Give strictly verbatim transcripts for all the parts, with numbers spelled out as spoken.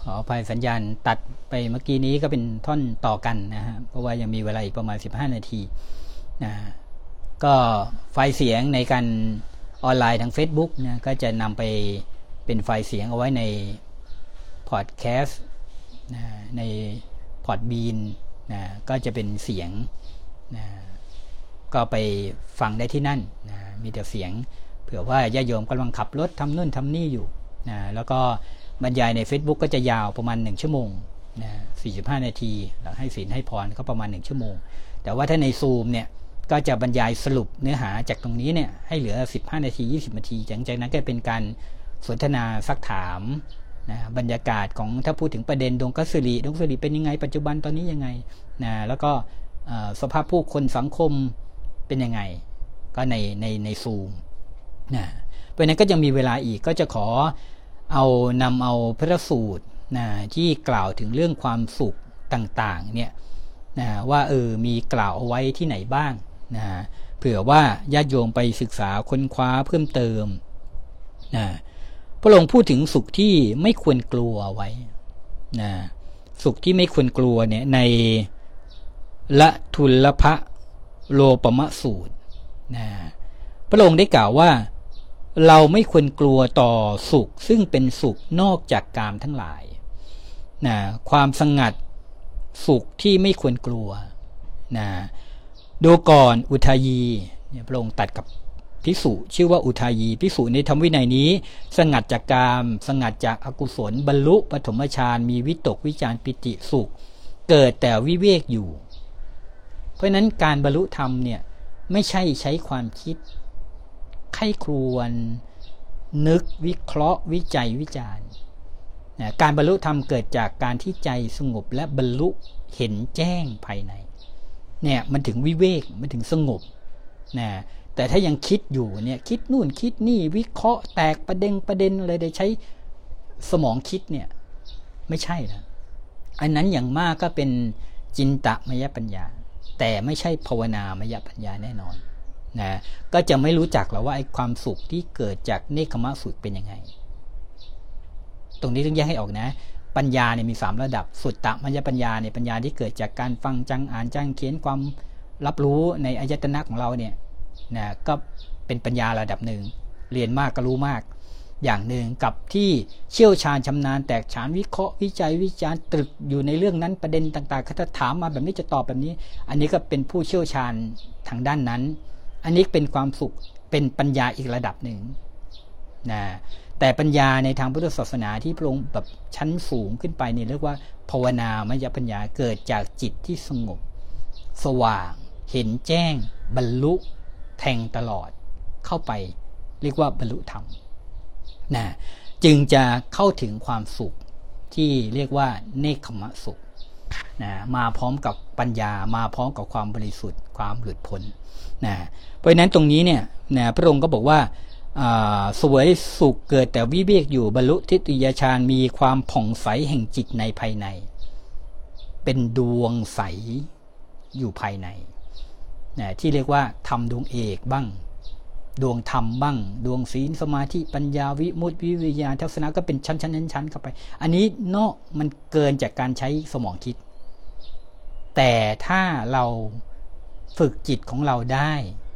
ขออภัยสัญญาณตัดไปเมื่อกี้นี้ก็เป็นท่อนต่อกันนะฮะเพราะว่ายังมีเวลาอีกประมาณสิบห้านาทีนะก็ไฟล์เสียงในการออนไลน์ทาง Facebook นะก็จะนำไปเป็นไฟล์เสียงเอาไว้ในพอดแคสต์นะในพอดบีนนะก็จะเป็นเสียงนะก็ไปฟังได้ที่นั่นนะมีแต่เสียงเผื่อว่าญาติโยมกำลังขับรถทำนู่นทำนี่อยู่นะแล้วก็บรรยายใน Facebook ก็จะยาวประมาณหนึ่งชั่วโมงนะสี่สิบห้านาทีหลังให้ศีลให้พรก็ประมาณหนึ่งชั่วโมงแต่ว่าถ้าใน Zoom เนี่ยก็จะบรรยายสรุปเนื้อหาจากตรงนี้เนี่ยให้เหลือสิบห้านาทียี่สิบนาทีจากจากนั้นก็เป็นการสนทนาซักถามนะบรรยากาศของถ้าพูดถึงประเด็นดวงกัสริดวงกัสริเป็นยังไงปัจจุบันตอนนี้ยังไงนะแล้วก็สภาพผู้คนสังคมเป็นยังไงก็ในในใน Zoom นะเพราะนั้นก็ยังมีเวลาอีกก็จะขอเอานำเอาพระสูตรนะที่กล่าวถึงเรื่องความสุขต่างๆเนี่ยนะว่าเออมีกล่าวเอาไว้ที่ไหนบ้างนะเผื่อว่าญาติโยมไปศึกษาค้นคว้าเพิ่มเติมนะพระองค์พูดถึงสุขที่ไม่ควรกลัวไว้นะสุขที่ไม่ควรกลัวเนี่ยในละทุลภะโลปมะสูตรนะพระองค์ได้กล่าวว่าเราไม่ควรกลัวต่อสุขซึ่งเป็นสุขนอกจากกามทั้งหลายนะความสงัดสุขที่ไม่ควรกลัวนะดูก่อนอุทายีเนี่ยพระองค์ตัดกับภิกษุชื่อว่าอุทายีภิกษุในธรรมวินัยนี้สงัดจากกามสงัดจากอกุศลบรรลุปฐมฌานมีวิตกวิจารปิติสุขเกิดแต่วิเวกอยู่เพราะฉะนั้นการบรรลุธรรมเนี่ยไม่ใช่ใช้ความคิดไข้ครวนนึกวิเคราะห์วิจัยวิจารณ์นะการบรรลุธรรมเกิดจากการที่ใจสงบและบรรลุเห็นแจ้งภายในเนี่ยมันถึงวิเวกมันถึงสงบนะแต่ถ้ายังคิดอยู่เนี่ยคิดนู่นคิดนี่วิเคราะห์แตกประเด็นประเด็นอะไรได้ใช้สมองคิดเนี่ยไม่ใช่นะอันนั้นอย่างมากก็เป็นจินตมยปัญญาแต่ไม่ใช่ภาวนามยปัญญาแน่นอนนะก็จะไม่รู้จักหรอกว่าไอ้ความสุขที่เกิดจากเนกขมสุขเป็นยังไงตรงนี้ต้องแยกให้ออกนะปัญญาเนี่ยมีสามระดับสุตตมยปัญญาเนี่ยปัญญาที่เกิดจากการฟังจังอ่านจังเขียนความรับรู้ในอายตนะของเราเนี่ยนะก็เป็นปัญญาระดับหนึ่งเรียนมากก็รู้มากอย่างหนึ่งกับที่เชี่ยวชาญชำนาญแตกฉานวิเคราะห์วิจัยวิจารณ์ตรึกอยู่ในเรื่องนั้นประเด็นต่างๆถ้าถามมาแบบนี้จะตอบแบบนี้อันนี้ก็เป็นผู้เชี่ยวชาญทางด้านนั้นอันนี้เป็นความสุขเป็นปัญญาอีกระดับหนึ่งนะแต่ปัญญาในทางพุทธศาสนาที่พระองค์แบบชั้นสูงขึ้นไปนี่เรียกว่าภาวนามยปัญญาเกิดจากจิตที่สงบสว่างเห็นแจ้งบรรลุแทงตลอดเข้าไปเรียกว่าบรรลุธรรมนะจึงจะเข้าถึงความสุขที่เรียกว่าเนกขมสุขนะมาพร้อมกับปัญญามาพร้อมกับความบริสุทธิ์ความหลุดพ้นนะเพราะฉะนั้นตรงนี้เนี่ยนะพระองค์ก็บอกว่าสวยสุขเกิดแต่วิเวกอยู่บรรลุทิฏฐิยฌานมีความผ่องใสแห่งจิตในภายในเป็นดวงใสอยู่ภายในนะที่เรียกว่าธรรมดวงเอกบ้างดวงธรรมบ้างดวงศีลสมาธิปัญญาวิมุตติวิริยะทัศนะก็เป็นชั้นชั้นชั้นเข้าไปอันนี้เนาะมันเกินจากการใช้สมองคิดแต่ถ้าเราฝึกจิตของเราได้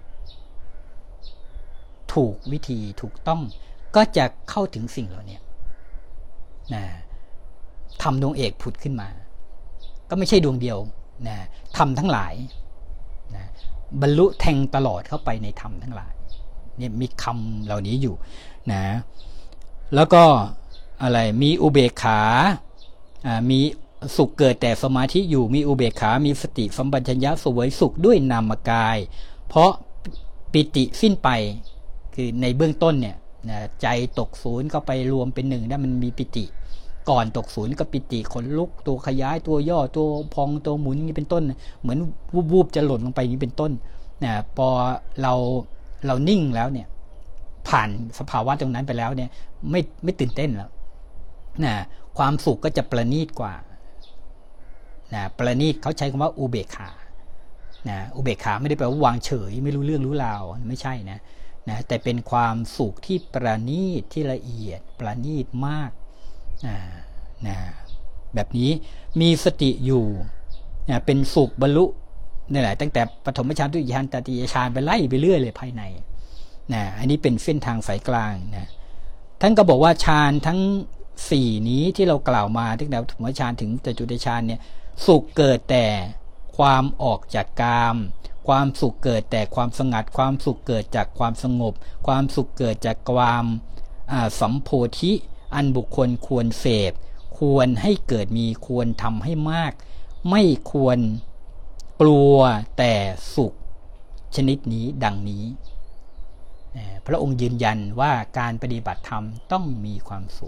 ถูกวิธีถูกต้องก็จะเข้าถึงสิ่งเหล่านี้นะธรรมดวงเอกผุดขึ้นมาก็ไม่ใช่ดวงเดียวนะธรรมทั้งหลายนะบรรลุแทงตลอดเข้าไปในธรรมทั้งหลายเนี่ยมีคำเหล่านี้อยู่นะแล้วก็อะไรมีอุเบกขาอ่ามีสุขเกิดแต่สมาธิอยู่มีอุเบกขามีสติสัมปชัญญะเสวยสุขด้วยนามกายเพราะปิติสิ้นไปคือในเบื้องต้นเนี่ยนะใจตกศูนย์ก็ไปรวมเป็นหนึ่งได้มันมีปิติก่อนตกศูนย์ก็ปิติขนลุกตัวขยายตัวย่อตัวพองตัวหมุนนี่เป็นต้นเหมือนวูบๆจะหล่นลงไปนี่เป็นต้นนะพอเราเรานิ่งแล้วเนี่ยผ่านสภาวะตรงนั้นไปแล้วเนี่ยไม่ไม่ตื่นเต้นแล้วนะความสุขก็จะประณีตกว่านะประณีตเขาใช้คำว่าอุเบกขานะอุเบกขาไม่ได้แปลว่าวางเฉยไม่รู้เรื่องรู้ราวไม่ใช่นะนะแต่เป็นความสุขที่ประณีตที่ละเอียดประณีตมากนะแบบนี้มีสติอยู่นะเป็นสุขบรรลุนี่แหละตั้งแต่ปฐมฌานทุติยฌานตติยฌานไปไล่ไปเรื่อยเลยภายในนะอันนี้เป็นเส้นทางสายกลางนะท่านก็บอกว่าฌานทั้งสี่นี้ที่เรากล่าวมาตั้งแต่ปฐมฌานถึงจตุตฌานเนี่ยสุขเกิดแต่ความออกจากกามความสุขเกิดแต่ความสงัดความสุขเกิดจากความสงบความสุขเกิดจากความสัมโพธิอันบุคคลควรเสพควรให้เกิดมีควรทำให้มากไม่ควรกลัวแต่สุขชนิดนี้ดังนี้พระองค์ยืนยันว่าการปฏิบัติธรรมต้องมีความสุข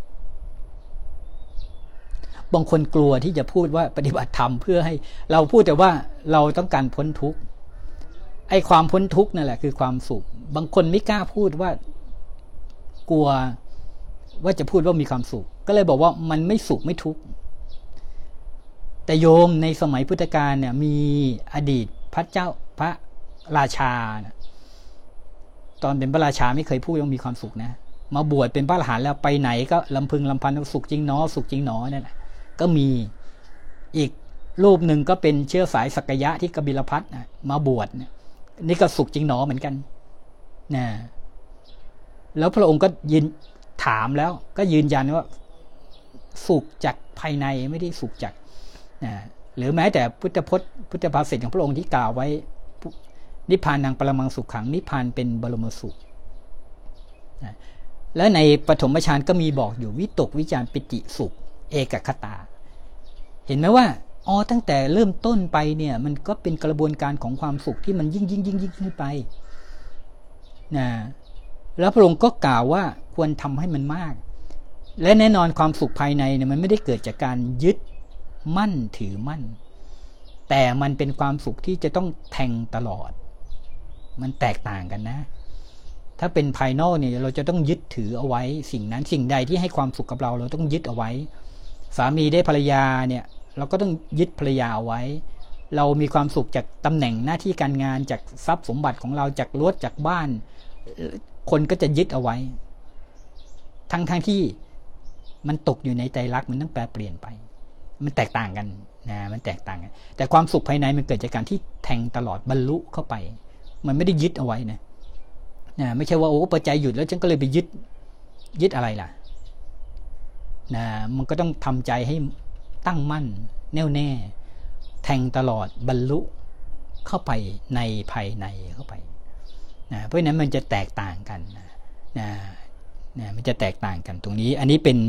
บางคนกลัวที่จะพูดว่าปฏิบัติธรรมเพื่อให้เราพูดแต่ว่าเราต้องการพ้นทุกข์ไอ้ความพ้นทุกข์นั่นแหละคือความสุขบางคนไม่กล้าพูดว่ากลัวว่าจะพูดว่ามีความสุขก็เลยบอกว่ามันไม่สุขไม่ทุกข์แต่โยมในสมัยพุทธกาลเนี่ยมีอดีตพระเจ้าพระราชานะตอนเป็นพระราชาไม่เคยพูดว่ามีความสุขนะมาบวชเป็นพระอรหันต์แล้วไปไหนก็ลำพึงลำพันสุขจริงหนอสุขจริงหนอนั่นแหละก็มีอีกรูปหนึ่งก็เป็นเชื้อสายสักยะที่กบิลพัสนะมาบวชเนี่ยนี่ก็สุขจริงหนอเหมือนกันนะแล้วพระองค์ก็ยืนถามแล้วก็ยืนยันว่าสุขจากภายในไม่ได้สุขจากนะหรือแม้แต่พุทธพจน์พุทธภาษิตของพระองค์ที่กล่าวไว้นิพพานังปรมังสุขขังนิพพานเป็นบรมสุขนะและในปฐมฌานก็มีบอกอยู่วิตกวิจารปิติสุขเอกคตาเห็นไหมว่าอ๋อตั้งแต่เริ่มต้นไปเนี่ยมันก็เป็นกระบวนการของความสุขที่มันยิ่งยิ่งยิ่งยิ่งขึ้นไปนะแล้วพระองค์ก็กล่าวว่าควรทำให้มันมากและแน่นอนความสุขภายในเนี่ยมันไม่ได้เกิดจากการยึดมั่นถือมั่นแต่มันเป็นความสุขที่จะต้องแทงตลอดมันแตกต่างกันนะถ้าเป็นภายนอกเนี่ยเราจะต้องยึดถือเอาไว้สิ่งนั้นสิ่งใดที่ให้ความสุขกับเราเราต้องยึดเอาไว้สามีได้ภรรยาเนี่ยเราก็ต้องยึดภรรยาเอาไว้เรามีความสุขจากตำแหน่งหน้าที่การงานจากทรัพย์สมบัติของเราจากรถจากบ้านคนก็จะยึดเอาไว้ทั้งทั้งที่มันตกอยู่ในไตรลักษณ์มันต้องแปรเปลี่ยนไปมันแตกต่างกันนะมันแตกต่างกันแต่ความสุขภายในมันเกิดจากการที่แทงตลอดบรรลุเข้าไปมันไม่ได้ยึดเอาไว้นะนะไม่ใช่ว่าโอ้ปัจจัยหยุดแล้วฉันก็เลยไปยึดยึดอะไรล่ะนะมันก็ต้องทำใจให้ตั้งมั่นแน่วแน่แทงตลอดบรรลุเข้าไปในภายในเข้าไปนะเพราะฉะนั้นมันจะแตกต่างกันนะนะนะมันจะแตกต่างกันตรงนี้อันนี้เป็น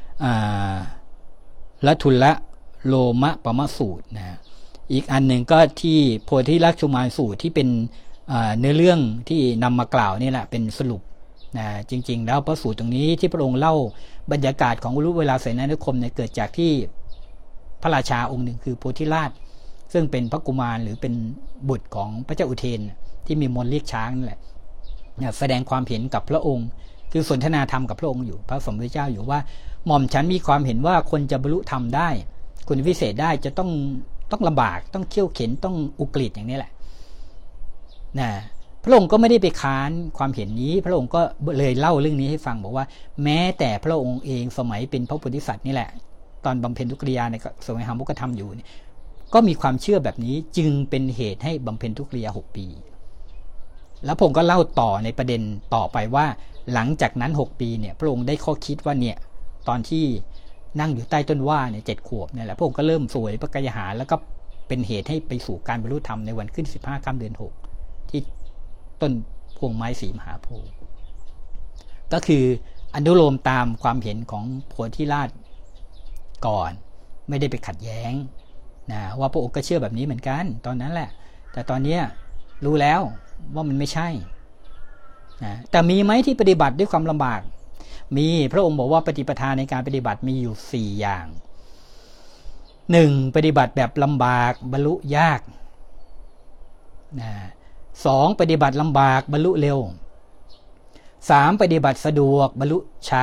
ละทุละโลมะปมสูตรนะอีกอันหนึ่งก็ที่โพธิลักษุมารสูตรที่เป็นเนื้อเรื่องที่นำมากล่าวนี่แหละเป็นสรุปนะจริงๆแล้วพระสูตรตรงนี้ที่พระองค์เล่าบรรยากาศของอุรุเวลาเสนานุกรมเนี่ยเกิดจากที่พระราชาองค์หนึ่งคือโพธิราชซึ่งเป็นพระกุมารหรือเป็นบุตรของพระเจ้าอุเทนที่มีมนต์เรียกช้างนั่นแหละแสดงความเห็นกับพระองค์คือสนทนาธรรมกับพระองค์อยู่พระสมเด็จเจ้าอยู่ว่าหม่อมฉันมีความเห็นว่าคนจะบรรลุธรรมได้คุณวิเศษได้จะต้องต้องลำบากต้องเขี่ยวเข็นต้องอุกฤษอย่างนี้แหละนะพระองค์ก็ไม่ได้ไปค้านความเห็นนี้พระองค์ก็เลยเล่าเรื่องนี้ให้ฟังบอกว่าแม้แต่พระองค์เองสมัยเป็นพระโพธิสัตว์นี่แหละตอนบำเพ็ญทุกขกิริยาในสมัยหามุกธรรมอยู่ก็มีความเชื่อแบบนี้จึงเป็นเหตุให้บำเพ็ญทุกขกิริยาหกปีแล้วผมก็เล่าต่อในประเด็นต่อไปว่าหลังจากนั้นหกปีเนี่ยพระองค์ได้ข้อคิดว่าเนี่ยตอนที่นั่งอยู่ใต้ต้นว่าเนี่ยเจ็ดขวบเนี่ยแหละพระองค์ก็เริ่มสวยพระกายหาแล้วก็เป็นเหตุให้ไปสู่การบรรลุธรรมในวันขึ้นสิบห้าค่ำเดือนหกที่ต้นพวงไม้สีมหาโพธิ์ก็คืออนุโลมตามความเห็นของโพธิราชก่อนไม่ได้ไปขัดแย้งนะว่าพระองค์ก็เชื่อแบบนี้เหมือนกันตอนนั้นแหละแต่ตอนนี้รู้แล้วว่ามันไม่ใช่นะแต่มีไหมที่ปฏิบัติด้วยความลำบากมีพระองค์บอกว่าปฏิปทาในการปฏิบัติมีอยู่สี่อย่างหนึ่งปฏิบัติแบบลำบากบรรลุยากนะสองปฏิบัติลำบากบรรลุเร็วสามปฏิบัติสะดวกบรรลุช้า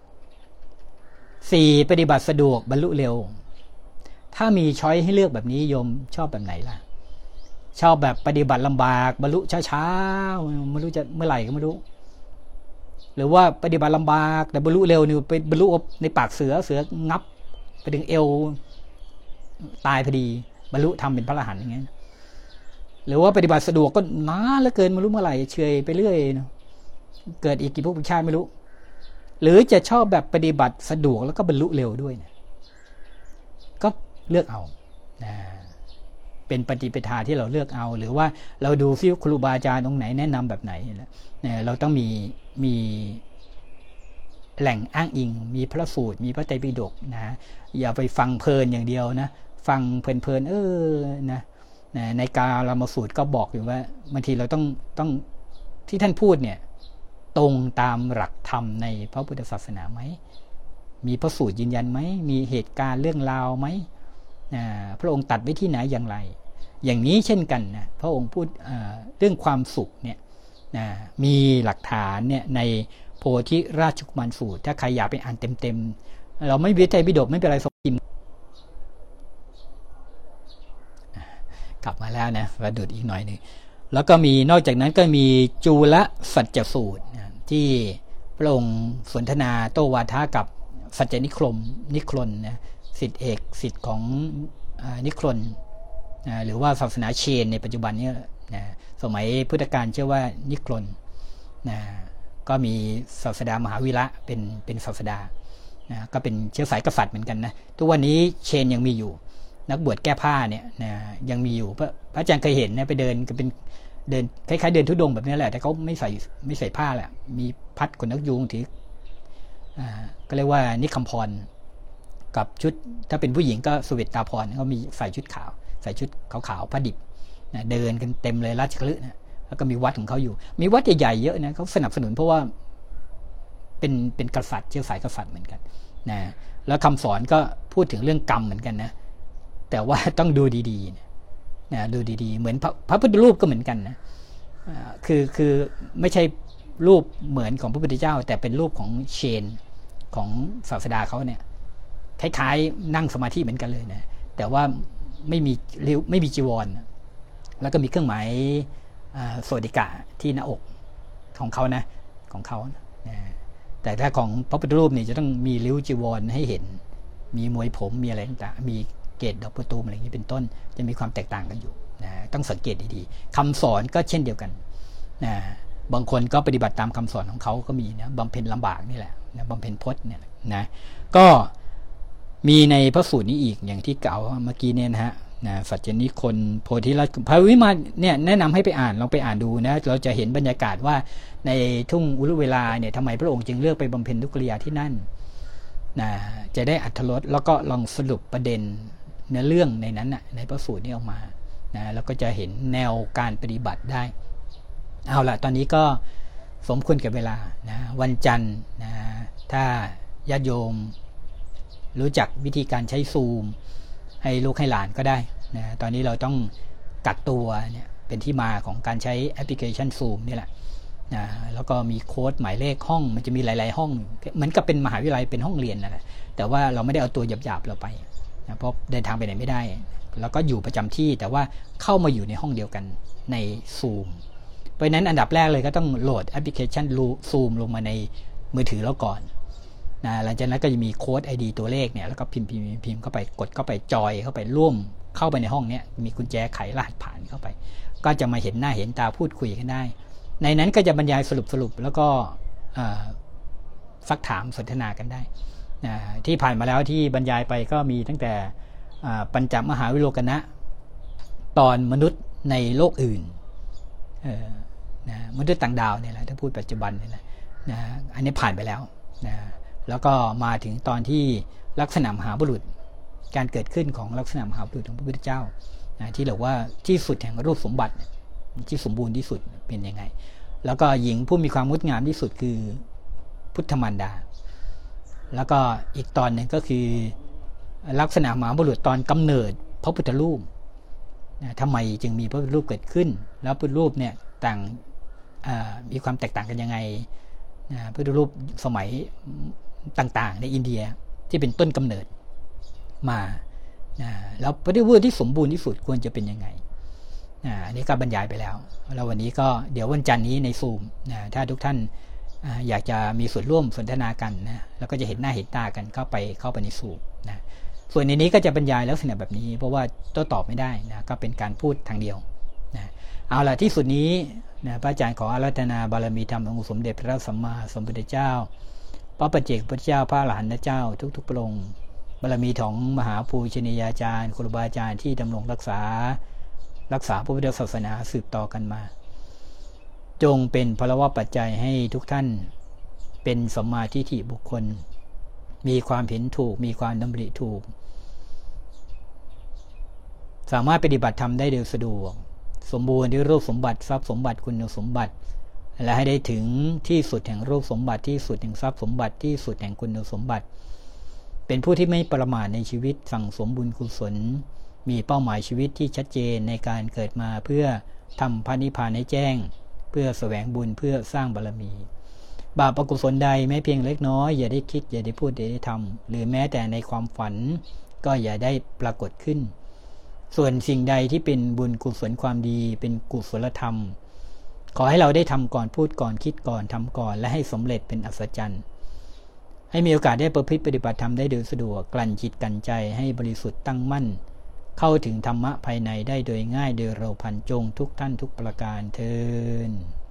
สี่ปฏิบัติสะดวกบรรลุเร็วถ้ามีช้อยให้เลือกแบบนี้โยมชอบแบบไหนล่ะชอบแบบปฏิบัติลำบากบรรลุช้าๆไม่รู้จะเมื่อไหร่ก็ไม่รู้หรือว่าปฏิบัติลำบากแต่บรรลุเร็วนี่ไปบรรลุในปากเสือเสืองับไปถึงเอวตายพอดีบรรลุทำเป็นพระอรหันต์อย่างเงี้ยหรือว่าปฏิบัติสะดวกก็นานเหลือเกินไม่รู้เมื่อไหร่เฉยไปเรื่อยนะเกิดอีกกี่ภพชาติไม่รู้หรือจะชอบแบบปฏิบัติสะดวกแล้วก็บรรลุเร็วด้วยนะก็เลือกเอานะเป็นปฏิปทาที่เราเลือกเอาหรือว่าเราดูซิครูบาอาจารย์ตรงไหนแนะนำแบบไหนนะเราต้องมีมีแหล่งอ้างอิงมีพระสูตรมีพระไตรปิฎกนะอย่าไปฟังเพลินอย่างเดียวนะฟังเพลินๆเออนะในกาลามสูตรก็บอกอยู่ว่าบางทีเราต้องต้องที่ท่านพูดเนี่ยตรงตามหลักธรรมในพระพุทธศาสนาไหมมีพระสูตรยืนยันไหมมีเหตุการณ์เรื่องราวไหมพระองค์ตัดไว้ที่ไหนอย่างไรอย่างนี้เช่นกันนะพระองค์พูดเรื่องความสุขเนี่ยมีหลักฐานเนี่ยในโพธิราชกุมารสูตรถ้าใครอยากไปอ่านเต็มๆเราไม่วิจัยปิฎกไม่เป็นไรสกิมกลับมาแล้วนะกระดุดอีกหน่อยหนึ่งแล้วก็มีนอกจากนั้นก็มีจูลสัจจสูตรที่พระองค์สนทนาโต้วาทะกับสัจจนิครมนิครนนะศิษย์เอกศิษย์ของนิครนนะหรือว่าศาสนาเชนในปัจจุบันนี้นะสมัยพุทธกาลเชื่อว่านิครนนะก็มีศาสดามหาวีระเป็นเป็นศาสดานะก็เป็นเชื้อสายกษัตริย์เหมือนกันนะทุกวันนี้เชนยังมีอยู่นักบวชแก้ผ้าเนี่ยนะยังมีอยู่พระพระอาจารย์เคยเห็นนะไปเดินก็เป็นเดินคล้ายๆเดินธุดงค์แบบนี้แหละแต่เขาไม่ใส่ไม่ใส่ผ้าแหละมีพัดขนนกยูงถืออ่าก็เรียกว่านิคัมพรกับชุดถ้าเป็นผู้หญิงก็สเวตตาพรเขามีใส่ชุดขาวใส่ชุดขาวๆผ้าดิบนะเดินกันเต็มเลยราชคฤห์นะแล้วก็มีวัดของเขาอยู่มีวัดใหญ่ๆเยอะนะเขาสนับสนุนเพราะว่าเป็นเป็นกษัตริย์เชื้อสายกษัตริย์เหมือนกันนะแล้วคำสอนก็พูดถึงเรื่องกรรมเหมือนกันนะแต่ว่าต้องดูดีๆนะนะดูดีๆเหมือนพระพระพุทธรูปก็เหมือนกันนะคือคือไม่ใช่รูปเหมือนของพระพุทธเจ้าแต่เป็นรูปของเชนของศาสดาเขาเนี่ยคล้ายๆนั่งสมาธิเหมือนกันเลยนะแต่ว่าไม่มีริ้วไม่มีจีวรแล้วก็มีเครื่องหมายโสติกะที่หน้าอกของเขานะของเขานะแต่ถ้าของพระพุทธรูปนี่จะต้องมีริ้วจีวรให้เห็นมีมวยผมมีอะไรต่างๆมีเกศดอกประตูอะไรอย่างนี้เป็นต้นจะมีความแตกต่างกันอยู่นะต้องสังเกตดีๆคำสอนก็เช่นเดียวกันนะบางคนก็ปฏิบัติตามคำสอนของเขาก็มีนะบำเพ็ญลำบากนี่แหละนะบำเพ็ญพจน์เนี่ยนะก็มีในพระสูตรนี้อีกอย่างที่กล่าวเมื่อกี้เนี่ยนะฮะนะสัจจนิคนโพธิราชพระวิมานเนี่ยแนะนำให้ไปอ่านลองไปอ่านดูนะเราจะเห็นบรรยากาศว่าในทุ่งอุรุเวลาเนี่ยทำไมพระองค์จึงเลือกไปบำเพ็ญทุกขกิริยาที่นั่นนะจะได้อรรถรสแล้วก็ลองสรุปประเด็นเนื้อเรื่องในนั้นน่ะในพระสูตรนี้ออกมานะแล้วก็จะเห็นแนวการปฏิบัติได้เอาล่ะตอนนี้ก็สมควรกับเวลานะวันจันทร์นะถ้าญาติโยมรู้จักวิธีการใช้ซูมให้ลูกให้หลานก็ได้นะตอนนี้เราต้องกักตัวเนี่ยเป็นที่มาของการใช้แอปพลิเคชันซูมนี่แหละนะแล้วก็มีโค้ดหมายเลขห้องมันจะมีหลายๆห้องเหมือนกับเป็นมหาวิทยาลัยเป็นห้องเรียนนั่นแหละแต่ว่าเราไม่ได้เอาตัวหยาบๆเราไปนะเพราะเดินทางไปไหนไม่ได้แล้วก็อยู่ประจำที่แต่ว่าเข้ามาอยู่ในห้องเดียวกันในซูมเพราะนั้นอันดับแรกเลยก็ต้องโหลดแอปพลิเคชันซูมลงมาในมือถือแล้วก่อนนะหลังจากนั้นก็จะมีโค้ด ไอ ดี ตัวเลขเนี่ยแล้วก็พิมพ์พิมพ์พิมพ์เข้าไปกดเข้าไปจอยเข้าไปร่วมเข้าไปในห้องนี้มีกุญแจไขรหัสผ่านเข้าไปก็จะมาเห็นหน้าเห็นตาพูดคุยกันได้ในนั้นก็จะบรรยายสรุปสรุปแล้วก็ซักถามสนทนากันได้ที่ผ่านมาแล้วที่บรรยายไปก็มีตั้งแต่ปัญจมหาวิโลกนะตอนมนุษย์ในโลกอื่นนะมนุษย์ต่างดาวเนี่ยแหละถ้าพูดปัจจุบันเนี่ยนะนะอันนี้ผ่านไปแล้วนะแล้วก็มาถึงตอนที่ลักษณะมหาบุรุษการเกิดขึ้นของลักษณะมหาบุรุษของพระพุทธเจ้านะที่เรียกว่าที่สุดแห่งรูปสมบัติที่สมบูรณ์ที่สุดเป็นยังไงแล้วก็หญิงผู้มีความงดงามที่สุดคือพุทธมารดาแล้วก็อีกตอนหนึ่งก็คือลักษณะมหาบุรุษตอนกำเนิดพระพุทธรูปนะทำไมจึงมีพระพุทธรูปเกิดขึ้นแล้วพระพุทธรูปเนี่ยต่างมีความแตกต่างกันยังไงนะพระพุทธรูปสมัยต่างๆในอินเดียที่เป็นต้นกำเนิดมานะแล้วพระพุทธรูปที่สมบูรณ์ที่สุดควรจะเป็นยังไงอันนี้ก็บรรยายไปแล้วแล้ววันนี้ก็เดี๋ยววันจันทร์นี้ในซูมนะถ้าทุกท่านอยากจะมีส่วนร่วมสนทนากันนะแล้วก็จะเห็นหน้าเห็นตากันเข้าไปเข้าไปในสูบนะส่วนในนี้ก็จะบรรยายลักษณะแบบนี้เพราะว่าโต้ตอบไม่ได้นะก็เป็นการพูดทางเดียวนะเอาล่ะที่สุดนี้นะพระอาจารย์ขออาราธนาบารมีธรรมองค์สมเด็จพระสัมมาสัมพุทธเจ้าพระปัจเจกพุทธเจ้าพระอรหันตเจ้าทุกๆพระองค์บารมีของมหาภูชนียาจารย์ครูบาอาจารย์ที่ดำรงรักษารักษาพระพุทธศาสนาสืบต่อกันมาจงเป็นพลวะปัจจัยให้ทุกท่านเป็นสัมมาทิฏฐิบุคคลมีความเห็นถูกมีความดำริถูกสามารถปฏิบัติธรรมได้โดยสะดวกสมบูรณ์ด้วยรูปสมบัติทรัพย์สมบัติคุณสมบัติและให้ได้ถึงที่สุดแห่งรูปสมบัติที่สุดแห่งทรัพย์สมบัติที่สุดแห่งคุณสมบัติเป็นผู้ที่ไม่ประมาทในชีวิตสั่งสมบุญกุศลมีเป้าหมายชีวิตที่ชัดเจนในการเกิดมาเพื่อทำพระนิพพานให้แจ้งเพื่อแสวงบุญเพื่อสร้างบารมีบาปอกุศลใดแม้เพียงเล็กน้อยอย่าได้คิดอย่าได้พูดอย่าได้ทำหรือแม้แต่ในความฝันก็อย่าได้ปรากฏขึ้นส่วนสิ่งใดที่เป็นบุญกุศลความดีเป็นกุศลธรรมขอให้เราได้ทำก่อนพูดก่อนคิดก่อนทำก่อนและให้สำเร็จเป็นอัศจรรย์ให้มีโอกาสได้ประพฤติปฏิบัติธรรมได้โดยสะดวกกลั่นจิตกลั่นใจให้บริสุทธิ์ตั้งมั่นเข้าถึงธรรมะภายในได้โดยง่ายโดยเร็วพลันจงทุกท่านทุกประการเทอญ